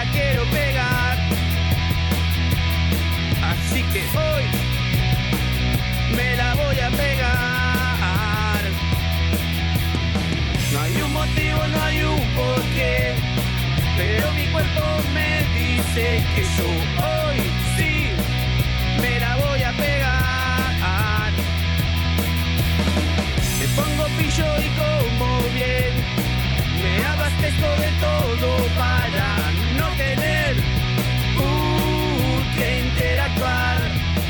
quiero pegar. Así que hoy me la voy a pegar. No hay un motivo, no hay un porqué, pero mi cuerpo me dice que yo hoy sí me la voy a pegar. Me pongo pillo y como bien, me abastezco de todo para no tener que interactuar.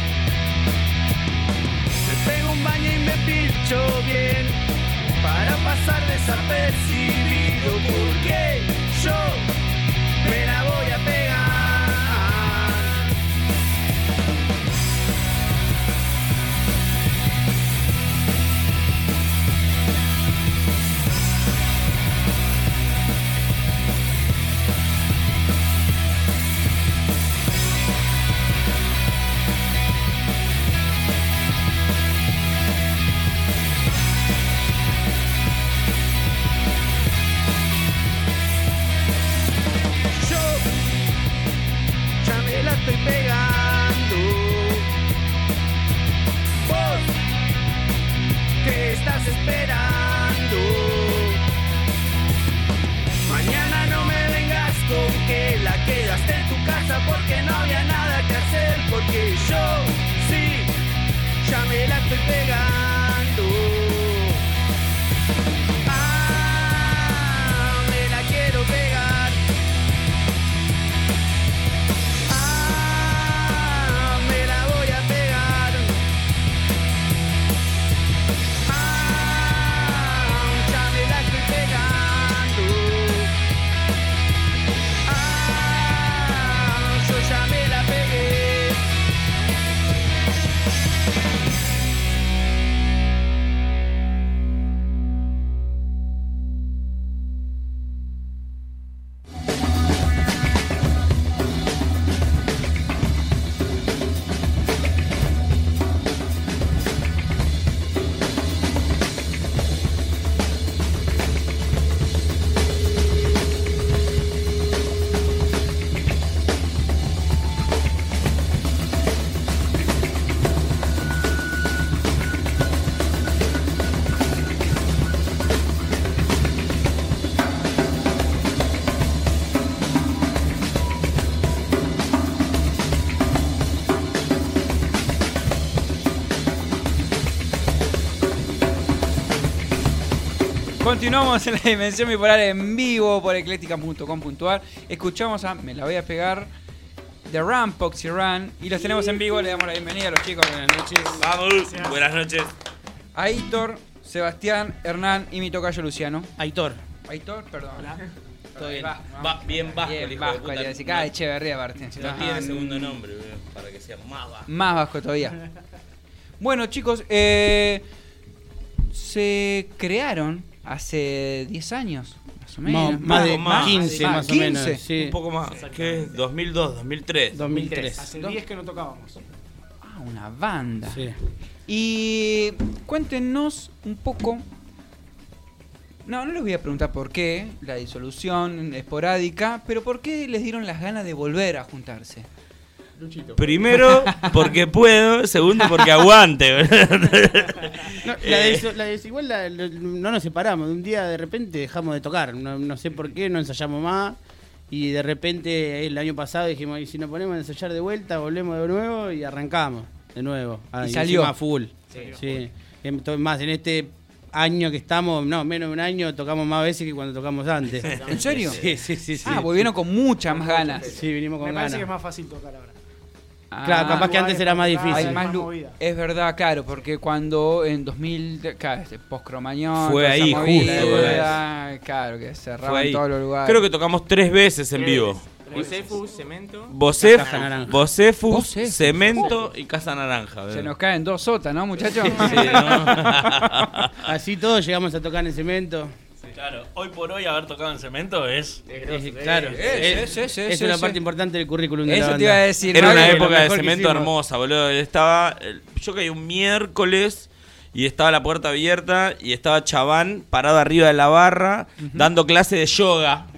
Me pego un baño y me pincho bien para pasar desapercibido, porque yo me la voy a pegar. Estoy pegando. Vos, ¿qué estás esperando? Mañana no me vengas con que la quedaste en tu casa porque no había nada que hacer, porque yo sí, ya me la estoy pegando. Me la quiero pegar. Continuamos en la Dimensión Bipolar en vivo por ecléctica.com.ar. Escuchamos a Me la voy a pegar de Ram, Poxy Run, y los tenemos en vivo. Le damos la bienvenida a los chicos. Buenas noches. Vamos, gracias. Buenas noches. Aitor, Sebastián, Hernán y mi tocayo Luciano. Aitor, perdón. Hola. Todo bien. Bien vasco, Bien el hijo vasco, de puta. así cada Echeverría aparte. No tiene segundo nombre, para que sea más vasco. Más vasco todavía. Bueno, chicos, se crearon hace 10 años, más o menos. Más de más, 15 más o menos. 15. Sí. Un poco más. ¿Qué es? 2002, 2003. 2003. Hace 10 que no tocábamos. Ah, una banda. Sí. Y cuéntenos un poco. No les voy a preguntar por qué, la disolución esporádica, pero por qué les dieron las ganas de volver a juntarse. Luchito. Primero, porque puedo. Segundo, porque aguante. No, igual no nos separamos. Un día de repente dejamos de tocar. No sé por qué, no ensayamos más. Y de repente el año pasado dijimos, y si nos ponemos a ensayar de vuelta, volvemos de nuevo y arrancamos de nuevo. Y salió. A full. Sí. Más en este año que estamos, no, menos de un año, tocamos más veces que cuando tocamos antes. ¿En serio? Sí. Ah, volvieron con muchas más ganas. Sí, vinimos con Me parece ganas. que es más fácil tocar ahora. Claro, capaz que antes era más Hay difícil. más más lu- movida. es verdad, claro, porque cuando en 2000, claro, post-Cromañón, Fue toda esa ahí, movida, justo, claro, que Fue cerraban ahí. todos los lugares. Creo que tocamos 3 veces en vivo. Josefu, Cemento. Caja Naranja. Bocefu, Bocefu. Cemento y Casa Naranja. Se nos caen 2 sotas, ¿no, muchachos? Sí, ¿no? Así todos llegamos a tocar en Cemento. Claro, hoy por hoy haber tocado en Cemento es... Claro, es una parte importante del currículum de la Eso banda. te iba a decir. Era ¿no? una Que época lo de mejor que Cemento hicimos. hermosa, boludo. Yo caí un miércoles y estaba la puerta abierta y estaba Chabán parado arriba de la barra dando clase de yoga.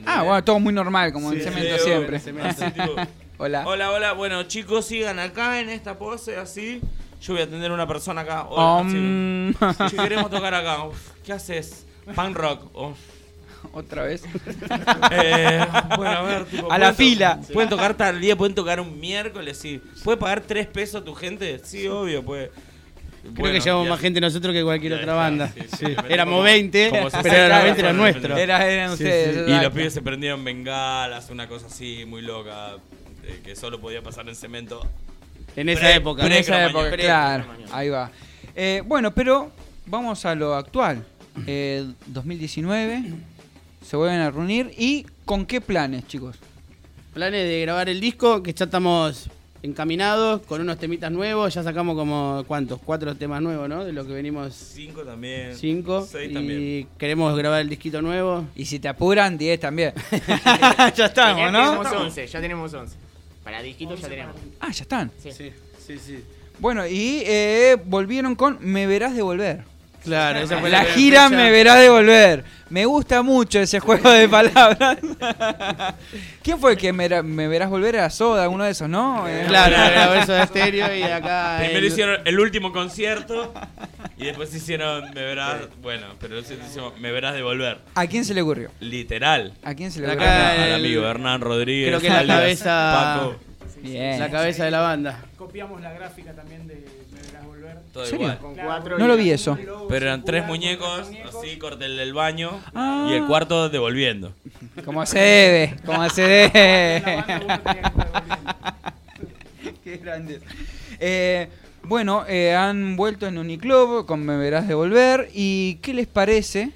Ah, bueno, todo muy normal, como en Sí, cemento sí, siempre. Así, tipo, Hola. hola, hola. Bueno, chicos, sigan acá en esta pose, así. Yo voy a atender a una persona acá. Hola, chicos. Si queremos tocar acá. Uf, ¿qué haces? Punk rock. Uf. Otra vez. Bueno, a ver, tipo, A la ¿pueden fila. ¿Pueden tocar tal día? ¿Pueden tocar un miércoles? Sí. ¿Puede pagar 3 pesos tu gente? Sí, obvio, puede. Creo que llevamos más gente nosotros que cualquier Ya otra está, banda. sí, sí, Sí. depende Éramos cómo- 20, cómo se pero saca, los 20 eran claro, nuestros. Eran Sí, ustedes. sí. Y exacto. los pibes se prendieron bengalas, una cosa así muy loca, que solo podía pasar en cemento. En esa Pre- época. En esa Cromañón. época, claro. Ahí va. Bueno, pero vamos a lo actual. 2019. Se vuelven a reunir. ¿Y con qué planes, chicos? Planes de grabar el disco, que ya estamos encaminados con unos temitas nuevos. Ya sacamos como, ¿cuántos? 4 temas nuevos, ¿no? De lo que venimos 5 también. 5. 6 Y también. queremos grabar el disquito nuevo. Y si te apuran, 10 también. ya estamos, Ya ¿no? tenemos 11. Para disquitos ya tenemos. Ah, ya están. Sí. Sí. Bueno, y volvieron con Me Verás de Volver. Claro, esa fue La primera gira fecha. Me Verás de Volver. Me gusta mucho ese juego de palabras. ¿Quién fue el que Me Verás Volver? Era Soda, uno de esos, ¿no? Claro, era verso de estéreo y acá. Primero hicieron el último concierto y después hicieron Me Verás. Bueno, pero hicimos Me Verás de volver. ¿A quién se le ocurrió? Literal. ¿A quién se le Acá ocurrió? Al el- amigo Hernán Rodríguez. creo que la alias cabeza- Paco. Bien. la cabeza de la banda. Copiamos la gráfica también de Me Verás Volver. Todo ¿En serio? igual. Con Claro, 4 No lo vi eso. Pero eran 3 circular, muñecos, con 3 muñecos. así, corte el del baño Ah. y el cuarto devolviendo. Como se debe, como se debe. La banda uno tenía que jugar volviendo. Qué grande. Bueno, han vuelto en Uniclub con Me Verás de Volver. ¿Y qué les parece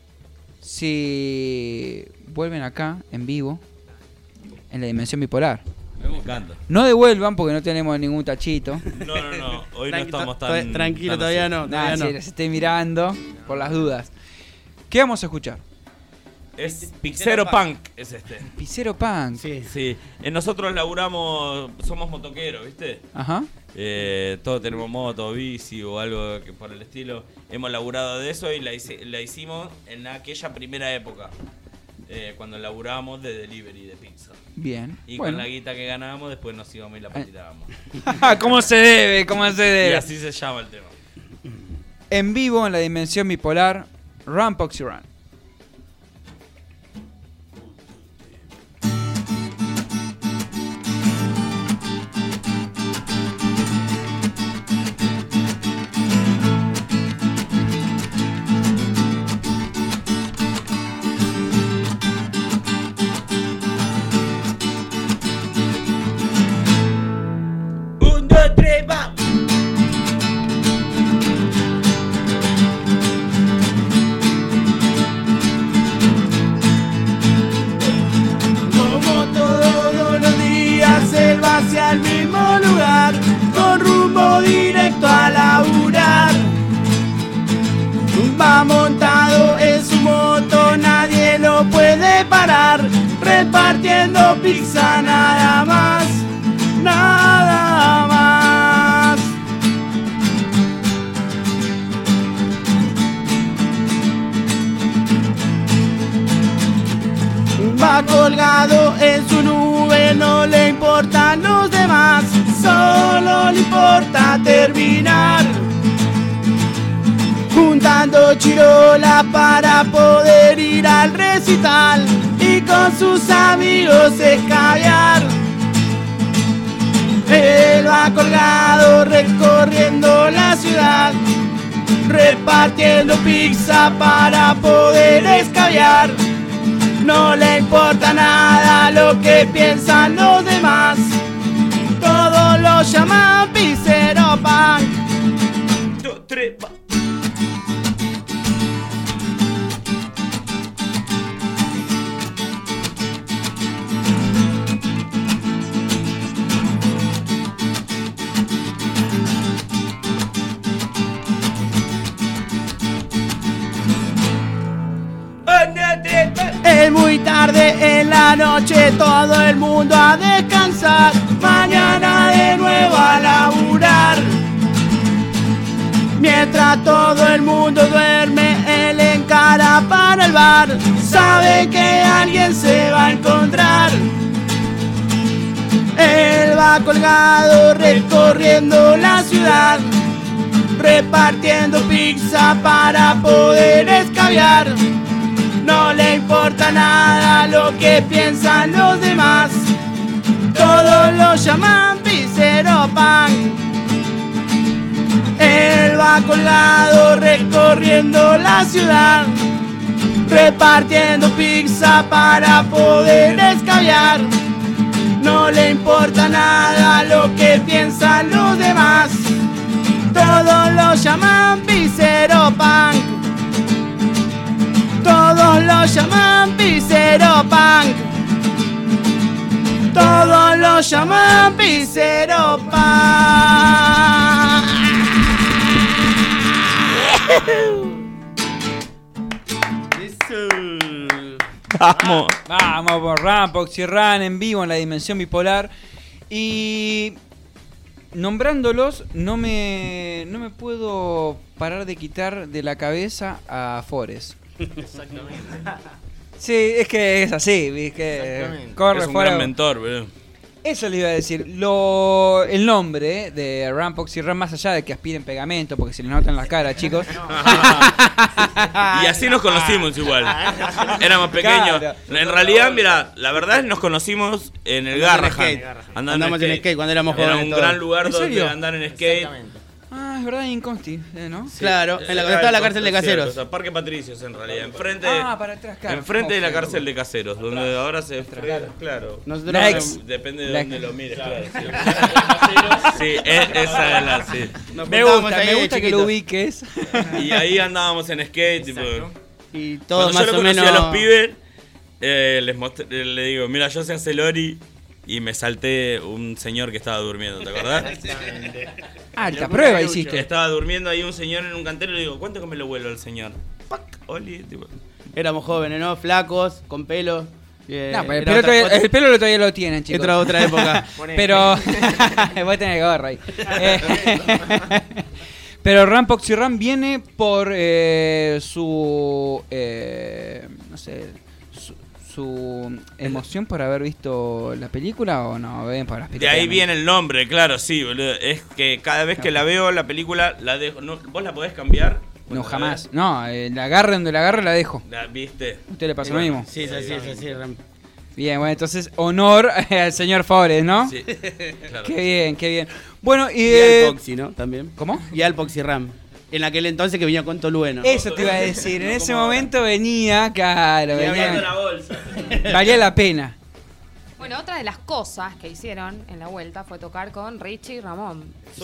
si vuelven acá en vivo en la Dimensión Bipolar? Me encanta. No devuelvan porque no tenemos ningún tachito. No. Hoy no Tranqui- estamos to- tan. tranquilo, tan todavía así. no. Nada, Todavía si no. les estoy mirando por las dudas. ¿Qué vamos a escuchar? Es Pixero Punk, es este. Picero Punk. Sí. Sí. Nosotros laburamos, somos motoqueros, ¿viste? Ajá. Todos tenemos moto, bici o algo que por el estilo. Hemos laburado de eso y la hicimos en aquella primera época. Cuando laburábamos de delivery de pizza. Bien. Y Bueno. con la guita que ganábamos, después nos íbamos y la patinábamos. ¿Cómo se debe? ¿Cómo se Y debe? así se llama el tema. En vivo en la Dimensión Bipolar, Run Poxy Run. Un, dos, tres, va. Como todos los días él va hacia el mismo lugar, con rumbo directo a laburar. Va montado en su moto, nadie lo puede parar, repartiendo pizza nada más, nada más. Va colgado en su nube, no le importan los demás, solo le importa terminar. Juntando chirola para poder ir al recital y con sus amigos escabiar. Él va colgado recorriendo la ciudad, repartiendo pizza para poder escabiar. No le importa nada lo que piensan los demás, todos lo llaman Picero Punk. Dos, tres, va. Es muy tarde en la noche, todo el mundo a descansar, mañana de nuevo a laburar. Mientras todo el mundo duerme, él encara va para el bar, sabe que alguien se va a encontrar. Él va colgado recorriendo la ciudad, repartiendo pizza para poder escabiar. No le importa nada lo que piensan los demás, todos lo llaman Pizzero Punk. Él va colgado recorriendo la ciudad, repartiendo pizza para poder escabiar. No le importa nada lo que piensan los demás, todos lo llaman Pizzero Punk. Todos lo llaman Pizzero Punk. Todos lo llaman Pizzero Punk. Vamos. Vamos por Rampox y Ran en vivo en la dimensión bipolar. Y nombrándolos, no me puedo parar de quitar de la cabeza a Forest. Exactamente. Sí, es que es así, es que Exactamente. corre Es un fuera. gran mentor, boludo. Eso le iba a decir. El nombre de Rampox y Ran, más allá de que aspiren pegamento, porque se les nota en la cara, chicos. Y así nos conocimos igual. Éramos pequeños. Claro. En realidad, mira, la verdad nos conocimos en el Andando en Garrahan. skate. Andando Andamos en skate cuando éramos Era jóvenes un todos. gran lugar ¿En donde serio? andar en skate. Exactamente. Ah, es verdad, Inconsti, ¿no? Claro, en la donde estaba la cárcel de Caseros. O sea, Parque Patricios en realidad. Enfrente, Ah, para atrás, claro. enfrente de la Ok. cárcel de Caseros, donde ahora se. Claro. Nosotros La ex. Depende de La- dónde lo mires, claro. Sí, esa es la. Sí. nos Me juntábamos gusta, ahí me de gusta que chiquitos. lo ubiques. Y ahí andábamos en skate, tipo. Exacto. Y todos Cuando más yo lo o conocí menos. a los pibes, le digo, mira, yo sé hacer Lori y me salté un señor que estaba durmiendo, ¿te acordás? Exactamente. Alta Locura prueba de Lucho. Que hiciste. estaba durmiendo ahí un señor en un cantero y le digo, ¿cuánto que me lo vuelo al señor? ¡Pac! Oli, tipo. Éramos jóvenes, ¿no? Flacos, con pelo. No, pero el Era pelo, otra- todavía, el pelo todavía lo tienen, chicos. otra época. Ponele. Pero. Voy a tener gorra ahí. Pero Rampox y Ran viene por su. No sé. Su emoción por haber visto la película o no, ven por las De ahí viene el nombre, claro, sí, boludo. Es que cada vez que la veo, la película, la dejo. No, ¿vos la podés cambiar? No, Cuando jamás. No, la agarre donde la agarre la dejo. la ¿Viste? ¿A usted le pasó lo mismo? Sí, es así, Ram. Bien, bueno, entonces honor al señor Forest, ¿no? Sí, claro. Qué bien, qué bien. Bueno, Y al Poxy, ¿no? También. ¿Cómo? Y al Poxy Ram. En aquel entonces que venía con Tolueno. Eso te iba a decir. En ese momento venía, claro, Abriendo la venía, bolsa. valía la pena. Bueno, otra de las cosas que hicieron en la vuelta fue tocar con Richie y Ramón.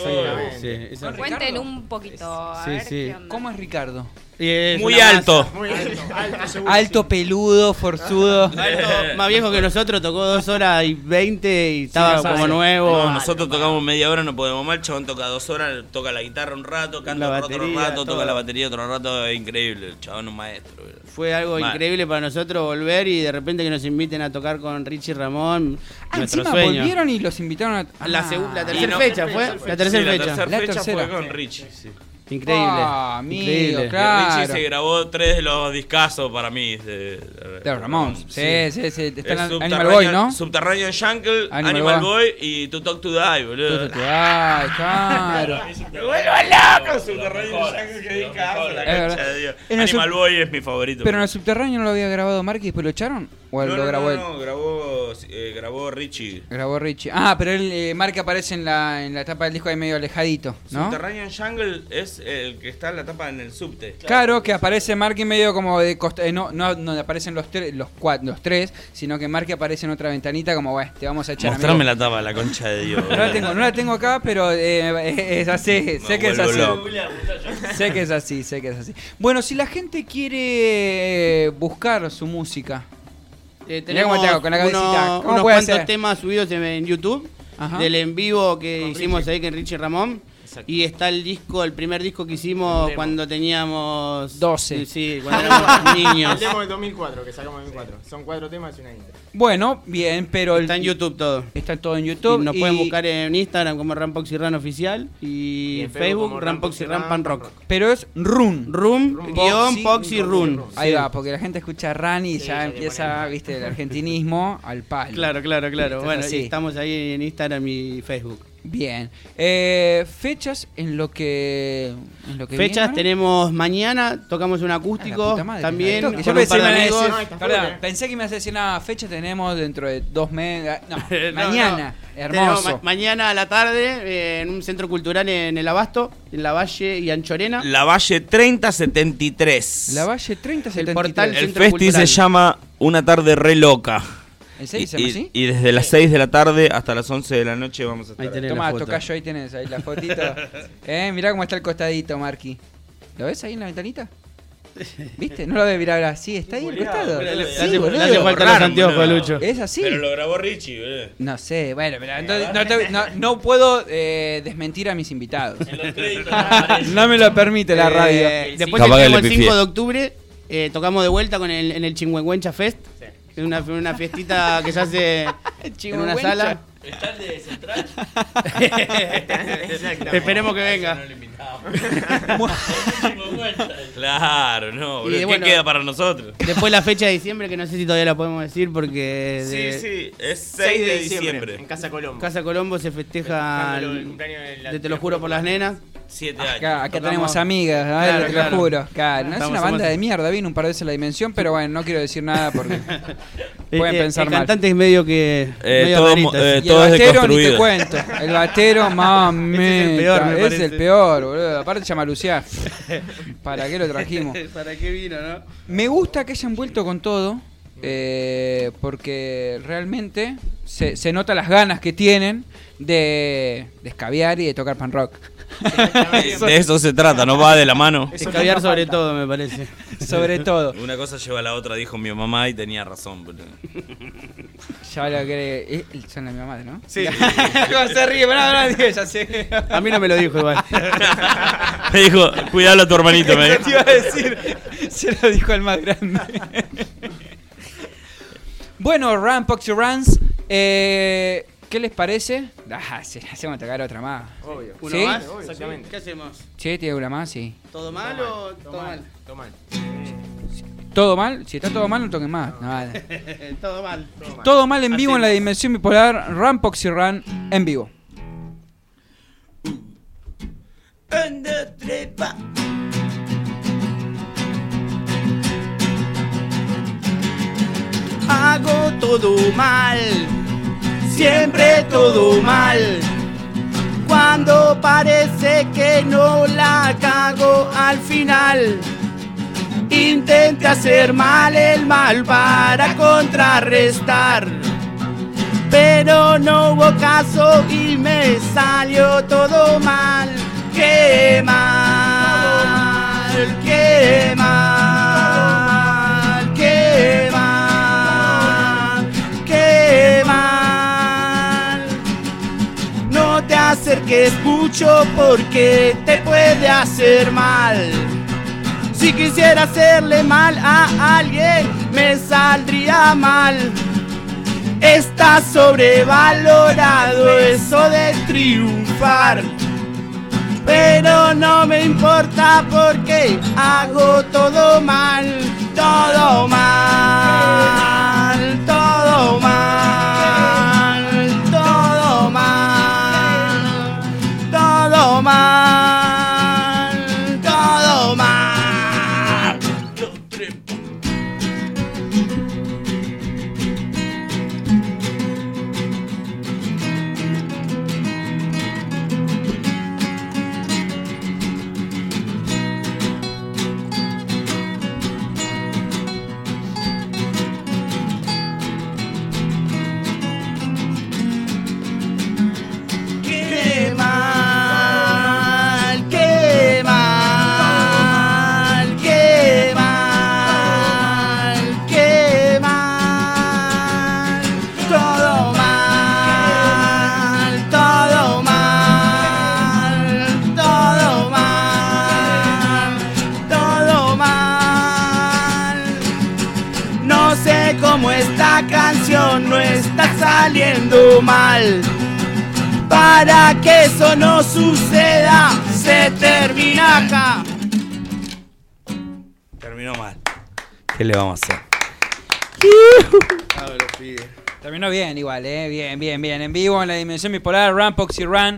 Sí, esa- ¿Con Cuenten Ricardo? un poquito, a Sí, ver sí. qué onda. ¿Cómo es Ricardo? Y es Muy una alto. Muy alto. Alto, seguro. Alto, peludo, forzudo. masa. Alto, más viejo que nosotros, tocó 2 horas y 20 y estaba no como sabe. nuevo. No, nosotros tocamos media hora, no podemos más. El chabón toca 2 horas, toca la guitarra un rato, canta La otro batería, rato, todo. toca la batería otro rato. Es increíble. El chabón es un maestro. boludo. Fue algo Mal. increíble para nosotros volver y de repente que nos inviten a tocar con Richie y Ramón. Ah, Nuestro encima sueño. volvieron y los invitaron a... La, Ah. la tercera no- fecha fue. La tercera Sí, fecha. La fecha tercera. fue con Richie. Sí. Increíble. Ah, amigo, increíble. claro. Richie se grabó 3 de los discazos para mí. De De Ramón. Sí, sí, sí. Está Es en Animal Boy, ¿no? Subterráneo Jungle, Animal Animal, Boy. Boy y To Talk to Die, boludo. Ay, claro. ¡Me vuelvo loco! Subterráneo Jungle, que discazo, la Es concha verdad. de Dios. En el Animal sub- Boy es mi favorito. Pero en el subterráneo no lo había grabado Mark y después lo echaron. ¿O él lo grabó él? No, grabó Richie. Grabó Richie. Ah, pero él, Mark aparece en la tapa del disco ahí medio alejadito, ¿no? Subterranean Jungle es el que está en la tapa en el subte. Claro, que aparece Mark y medio como de costa, no aparecen los tres, sino que Mark aparece en otra ventanita como, bueno, te vamos a echar. Mostrame amigo. la tapa, la concha de Dios. No la tengo acá, pero es así, sé que es vuelvo así. loco. Sé que es así, sé que es así. Bueno, si la gente quiere buscar su música, Mirá cómo te hago, con la cabecita. ¿Cómo unos puede cuantos ser? temas subidos en YouTube Ajá. del en vivo que hicimos ahí con Richie y Ramón. Exacto. Y está el primer disco que hicimos Demo. cuando teníamos 12. Sí, cuando éramos niños. El demo del 2004, que sacamos en 2004. Son 4 temas y una intro. Bueno, bien, pero... Está en YouTube todo. Está todo en YouTube. Y nos pueden buscar en Instagram como Rampoxy Run Oficial y Y en en Facebook como Rampoxy Run Pan Rock. Pero es Run. Poxy Run. Ahí Sí. va, porque la gente escucha Run y Sí, ya ya le empieza, ponen. viste, el argentinismo al palo. Claro. Esto es Bueno, así. y estamos ahí en Instagram y Facebook. Bien. Fechas en lo que Fechas viene, tenemos mañana, tocamos un ¿no? acústico A la puta madre, también. que con yo un pensé, par de me iba a amigos. decir- No, está perdón, full, pensé que me ibas a decir nada, fecha tenemos dentro de 2 meses. No, No, mañana. no. Hermoso. Tenemos mañana a la tarde en un centro cultural en el Abasto, en La Valle y Anchorena. La Valle 3073. La Valle 3073. portal El Centro festi Cultural. se llama Una tarde re loca. ¿En serio se llama así? Y desde las 6 de la tarde hasta las 11 de la noche vamos a estar. Ahí tenés Tomá, la foto. tocayo, ahí tenés ahí la fotito. Mirá cómo está el costadito, Marqui. ¿Lo ves ahí en la ventanita? ¿Viste? No lo ves, mirá, ahora. Sí, está ahí al costado. Le Sí, hace boludo. falta los Borraron, anteojos, boludo. Lucho. Es así. Pero lo grabó Richie, boludo. No sé, bueno, pero entonces no puedo desmentir a mis invitados. En los créditos no aparece. No me lo permite la radio. Después Capaz que tenemos le el pifié. 5 de octubre, tocamos de vuelta en el Chingüengüencha Fest. Es una fiestita que se hace en una sala. ¿Está el de Central? Esperemos que venga. No lo invitamos. Claro, no, boludo. Y ¿Qué bueno, queda para nosotros? Después la fecha de diciembre, que no sé si todavía la podemos decir porque Sí, de sí, es 6 de diciembre. En Casa Colombo. Casa Colombo se festeja Festejándolo el el- cumpleaños de la- de Te lo juro por las nenas. 7 años. Acá Tocamos- tenemos amigas, a ver, Claro, te claro. lo juro. Claro, no es Estamos- una banda somos- de mierda, vino un par de veces a la dimensión, pero bueno, no quiero decir nada porque pueden pensar el mal. cantante es medio que. medio todo rarito, mo- sí. Y el todo es batero ni te deconstruido. cuento. El batero, mami. Ese es el peor, me Es parece. el peor, boludo. Aparte se llama Luciá. ¿Para qué lo trajimos? ¿Para qué vino, no? Me gusta que hayan vuelto con todo. Porque realmente se nota las ganas que tienen de escabiar y de tocar pan rock. De eso se trata, no va de la mano. Escabiar sobre todo, me parece. Sobre todo. Una cosa lleva a la otra, dijo mi mamá y tenía razón, boludo. Ya lo que son la misma madre, ¿no? Sí. ¿Cómo se ríe? No, digo, ya sé. A mí no me lo dijo igual. Me dijo, cuidalo a tu hermanito, me dijo. Te iba a decir, se lo dijo al más grande. Bueno, Run, Poxy Runs, ¿qué les parece? Sí, hacemos tocar otra más. Obvio. ¿Uno ¿Sí? más? Exactamente. ¿Qué hacemos? ¿Sí? ¿Tiene una más? Sí. ¿Todo mal o todo mal? Toma. ¿Todo mal? Si está todo mal, no toquen más. Nada. Todo mal. Todo mal en vivo en la dimensión bipolar, Run, Poxy Run en vivo. Hago todo mal, siempre todo mal. Cuando parece que no la cago al final, intenté hacer mal el mal para contrarrestar, pero no hubo caso y me salió todo mal. Qué mal, qué mal, qué mal, qué mal. No te acerques mucho porque te puede hacer mal. Si quisiera hacerle mal a alguien, me saldría mal. Está sobrevalorado eso de triunfar, pero no me importa porque hago todo mal, todo mal, todo mal, todo mal, todo mal, todo mal. saliendo mal. Para que eso no suceda, se termina acá. Terminó mal. ¿Qué le vamos a hacer? Terminó bien igual, bien. En vivo, en la dimensión bipolar, Rampoxy Run.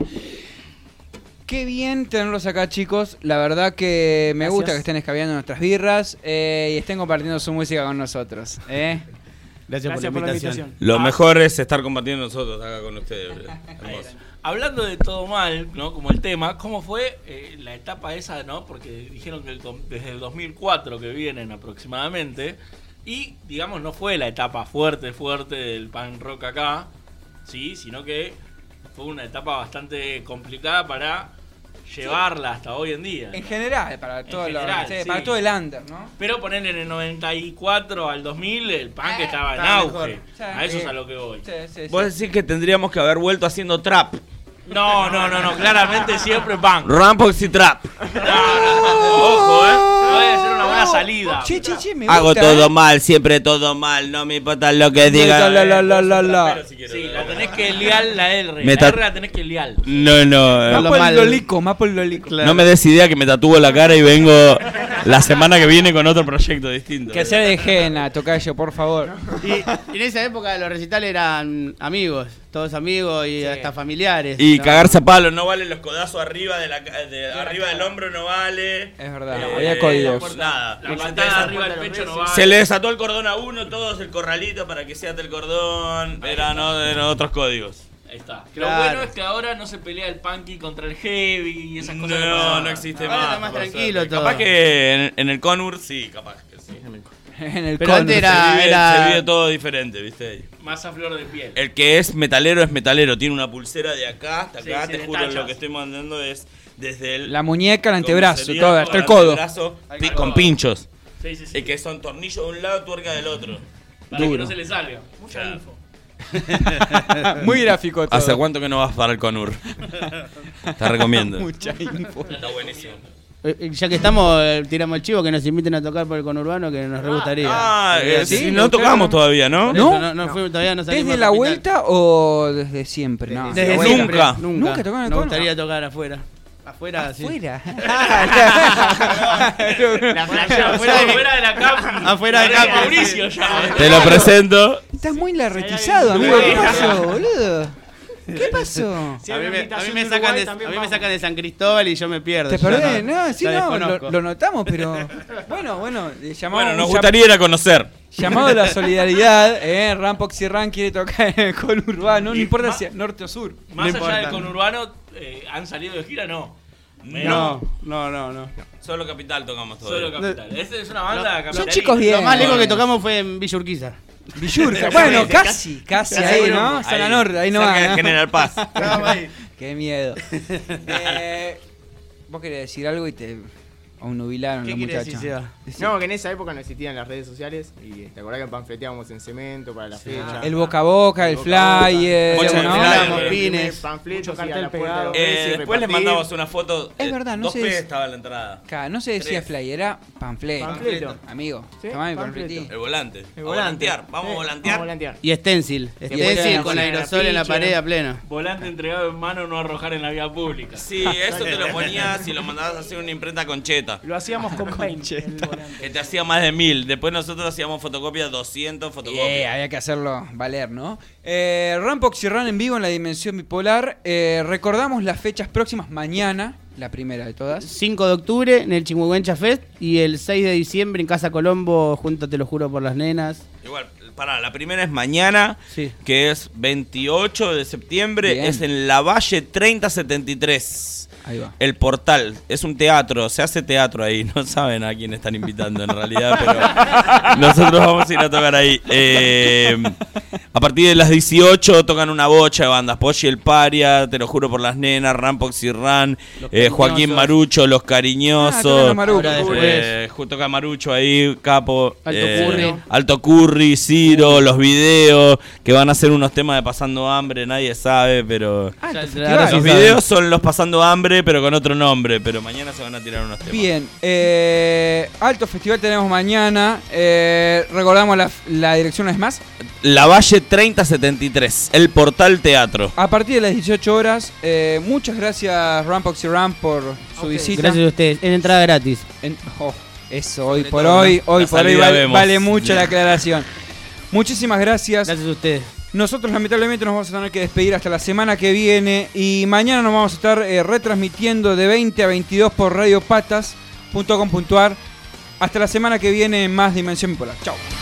Qué bien tenerlos acá, chicos. La verdad que me gusta que estén escabeando nuestras birras y estén compartiendo su música con nosotros. Gracias por la invitación. Lo mejor es estar compartiendo nosotros acá con ustedes. Hermoso. Hablando de todo mal, ¿no? Como el tema, ¿cómo fue la etapa esa, no? Porque dijeron que desde el 2004 que vienen aproximadamente, y digamos no fue la etapa fuerte del punk rock acá, sí, sino que fue una etapa bastante complicada para llevarla hasta hoy en día. En general, para todo, sí. para todo el under, ¿no? Pero ponerle en el 94 al 2000 el punk estaba en estaba auge. mejor. A eso es a lo que voy. Sí. Vos decís que tendríamos que haber vuelto haciendo trap. No, claramente siempre punk. Rampoxy Trap. Ojo, puede ser una buena salida. Che, me gusta. Hago todo mal, siempre todo mal. No me importa lo que diga. Sí, la tenés que liar la R. Me La R la tenés que liar. No. Mapo el lolico. No me des idea que me tatúo la cara y vengo la semana que viene con otro proyecto distinto. Que sea de Jena, tocayo, por favor. Y en esa época los recitales eran amigos, todos amigos y hasta familiares. Y ¿no? cagarse a palos, no vale los codazos arriba arriba del hombro, no vale. Es verdad, había códigos. Nada. La patada arriba del pecho no va. Se le desató el cordón a uno, todos el corralito para que se ate el cordón. Eran otros códigos. Ahí está. Claro. Lo bueno es que ahora no se pelea el punky contra el heavy y esas cosas. No existe Ahora más. está más por tranquilo suerte. todo. Capaz que en el Conur sí, capaz que sí. En el Pero cono. antes Se vive todo diferente, ¿viste? Más a flor de piel. El que es metalero, tiene una pulsera de acá hasta Sí, acá, sí, te de juro, tachas. lo que estoy mandando es desde el... La muñeca, el como antebrazo, sería todo, por hasta el codo. antebrazo, con pinchos. Sí. Y que son tornillos de un lado, tuerca del otro. Para que duro. no se le salga. Mucha Claro. info. Muy gráfico todo. ¿Hace cuánto que no vas para el Conur? Te recomiendo. Mucha info. Está buenísimo. Ya que estamos, tiramos el chivo que nos inviten a tocar por el conurbano, que nos re gustaría. Sí, no tocamos todavía, ¿no? Por eso no fuimos, todavía no salimos ¿Desde a la capital. vuelta o desde siempre? No. Desde Nunca. siempre, Nunca. ¿Nunca tocaron el Nos cono? gustaría tocar afuera. Afuera, sí. Afuera. Fuera de la Capi. Afuera de Capi. Mauricio ya. Te lo presento. Estás muy larretizado, amigo. ¿Qué pasó, boludo? ¿Qué pasó? Si A hay mí una me invitación me de sacan Uruguay, de, también a mí me vamos. sacan de San Cristóbal y yo me pierdo. ¿Te ya perdés? No, sí, la no, desconozco. lo notamos, pero... Bueno, llamado, Bueno, nos gustaría ir a conocer. llamado a la solidaridad, Rampoxy Run quiere tocar en el conurbano, no importa si es norte o sur. Más No allá del importa. conurbano, ¿han salido de gira? No. No. Solo Capital tocamos Solo todavía. Capital. Esta es una banda capitalina. Son chicos bien. Lo más lejos que tocamos fue en Villa Urquiza. Villurca. Bueno, casi ahí, ¿no? Zona norte, ahí no cerca va. de ¿no? General Paz. Qué miedo. Vos querés decir algo y te nubilaron ¿Qué los quiere decir, muchachos. Seba? No, que en esa época no existían las redes sociales y te acordás que panfleteábamos en cemento para la fecha. El boca a boca, el flyer, Mucho ¿no? flyer. Dábamos el pines. Panfletos mucho y a cartel la puerta pegado. de los Reyes, Después les repartir. mandamos una foto. Es verdad, no 2 sé P si- estaba en la entrada. Acá, no se decía 3. flyer, era panfleto. Panfleto. Amigo, Sí, tomá mi panfleto. panfletín. El volante. El A volante. volantear. Vamos a Sí, volantear. Vamos a volantear. Y stencil. Stencil con aerosol en la pared a pleno. Volante entregado en mano, no arrojar en la vía pública. Sí, eso te lo ponías y lo mandabas a hacer una imprenta con cheta. Lo hacíamos con Paint. el volante. Que te hacía más de 1000. Después nosotros hacíamos fotocopias, 200 fotocopias. Había que hacerlo valer, ¿no? Rampoxy Run en vivo en la dimensión bipolar. Recordamos las fechas próximas mañana, la primera de todas. 5 de octubre en el Chimuguencha Fest y el 6 de diciembre en Casa Colombo, junto Te lo juro por las nenas. Igual, pará, la primera es mañana, Sí. que es 28 de septiembre, Bien. es en la Valle 3073. Ahí va. El Portal, es un teatro, se hace teatro ahí, no saben a quién están invitando en realidad, pero nosotros vamos a ir a tocar ahí. A partir de las 18 tocan una bocha de bandas, Pochi el Paria, Te lo juro por las nenas, Rampoxy Run, Joaquín Marucho, Los Ah, Cariñosos, tocan los Marucos. Ahora después. toca Marucho ahí, Capo, Alto Curry. Alto Curry, Ciro, los videos, que van a hacer unos temas de Pasando Hambre, nadie sabe, pero... Ah, Ya, el sí festival. Los saben. videos son los Pasando Hambre, pero con otro nombre. Pero mañana se van a tirar unos temas. Bien, alto festival tenemos mañana. Recordamos la dirección una vez más. La Valle 3073, el Portal Teatro. A partir de las 18 horas, muchas gracias Rampox y Ram por su visita. Gracias a ustedes. En entrada gratis. Eso, hoy Sobre por todo, hoy, ¿no? hoy La por hoy salida vale, vemos. vale mucho la aclaración. Muchísimas gracias. Gracias a ustedes. Nosotros lamentablemente nos vamos a tener que despedir hasta la semana que viene y mañana nos vamos a estar retransmitiendo de 20 a 22 por radiopatas.com.ar. Hasta la semana que viene en Más Dimensión Bipolar. Chao.